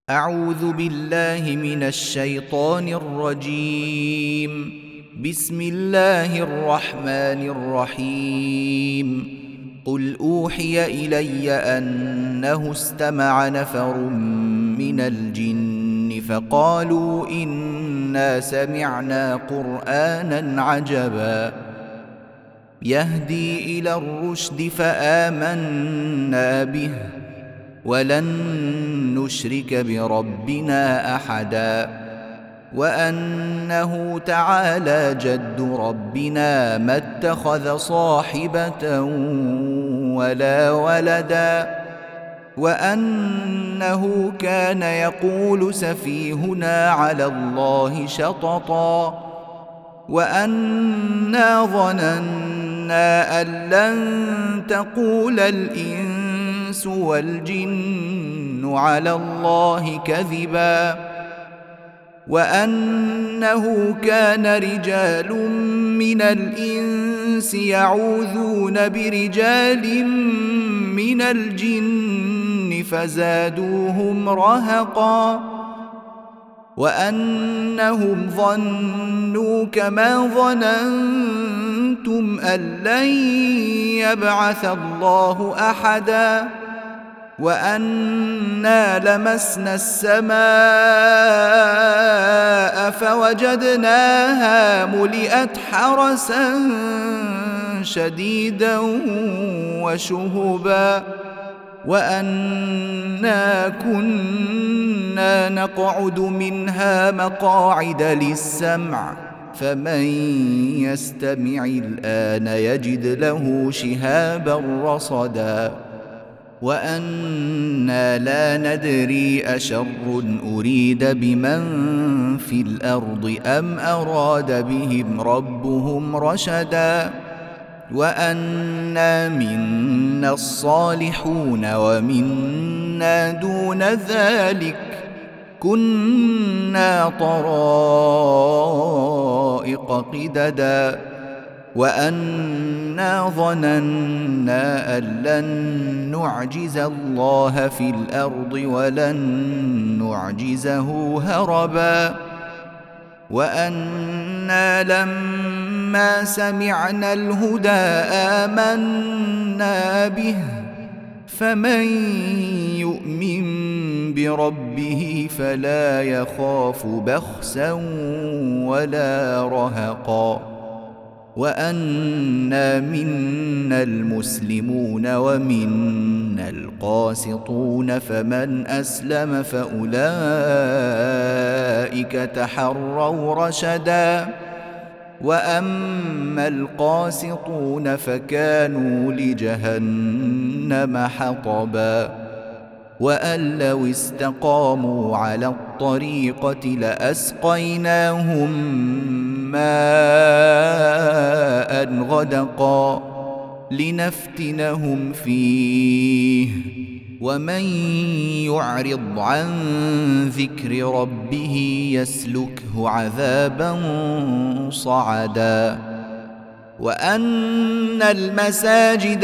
أعوذ بالله من الشيطان الرجيم. بسم الله الرحمن الرحيم. قل أوحي إلي أنه استمع نفر من الجن فقالوا إنا سمعنا قرآنا عجبا يهدي إلى الرشد فآمنا به ولن نشرك بربنا أحدا وأنه تعالى جد ربنا ما اتخذ صاحبة ولا ولدا وأنه كان يقول سفيهنا على الله شططا وأنا ظننا أن لن تقول الإنس والجن على الله كذبا وأنه كان رجال من الإنس يعوذون برجال من الجن فزادوهم رهقا وأنهم ظنوا كما ظننتم أن لن يبعث الله أحدا وأنا لمسنا السماء فوجدناها ملئت حرسا شديدا وشهبا وأنا كنا نقعد منها مقاعد للسمع فمن يستمع الآن يجد له شهابا رصدا وأنا لا ندري أشر أريد بمن في الأرض أم أراد بهم ربهم رشدا وأنا منا الصالحون ومنا دون ذلك كنا طرائق قددا وأنا ظننا أن لن نعجز الله في الأرض ولن نعجزه هربا وأنا لما سمعنا الهدى آمنا به فمن يؤمن بربه فلا يخاف بخسا ولا رهقا وأنا منا المسلمون ومنا القاسطون فمن أسلم فأولئك تحروا رشدا وأما القاسطون فكانوا لجهنم حطبا وأن لو استقاموا على الطريقة لأسقيناهم ماء غدقا لنفتنهم فيه ومن يعرض عن ذكر ربه يسلكه عذابا صعدا وأن المساجد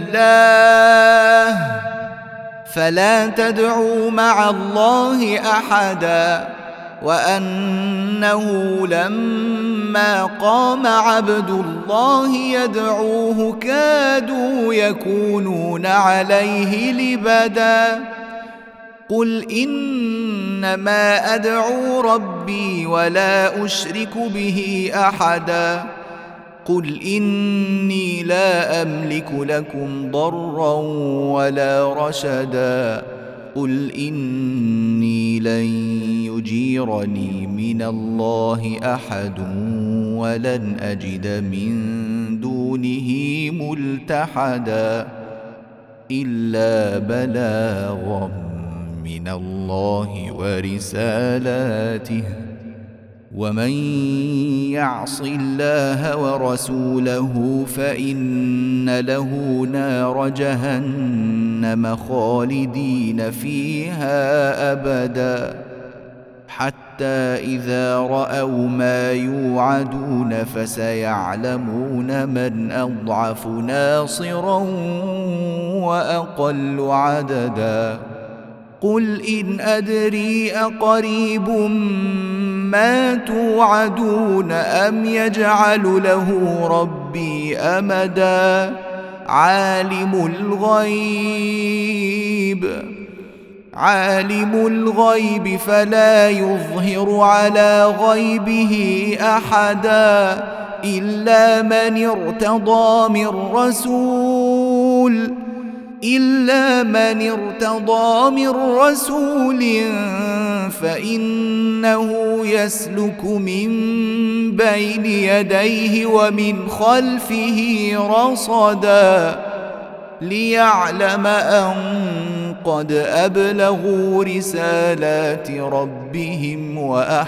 لله فلا تدعوا مع الله أحدا وأنه لما قام عبد الله يدعوه كادوا يكونون عليه لبدا قل إنما أدعو ربي ولا أشرك به أحدا قل إني لا أملك لكم ضرا ولا رشدا قل إني لن يجيرني من الله أحد ولن أجد من دونه ملتحدا إلا بلاغا من الله ورسالاته ومن يعص الله ورسوله فإن له نار جهنم خالدين فيها أبدا حتى إذا رأوا ما يوعدون فسيعلمون من أضعف ناصرا وأقل عددا قل إن أدري أقريب ما توعدون أم يجعل له ربي أمدا عالم الغيب فلا يظهر على غيبه أحدا إلا من ارتضى من رسول فإنه يسلك من بين يديه ومن خلفه رصدا ليعلم أن قد أبلغوا رسالات ربهم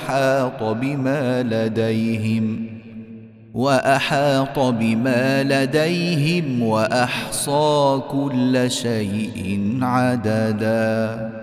وأحاط بما لديهم وأحصى كل شيء عددا.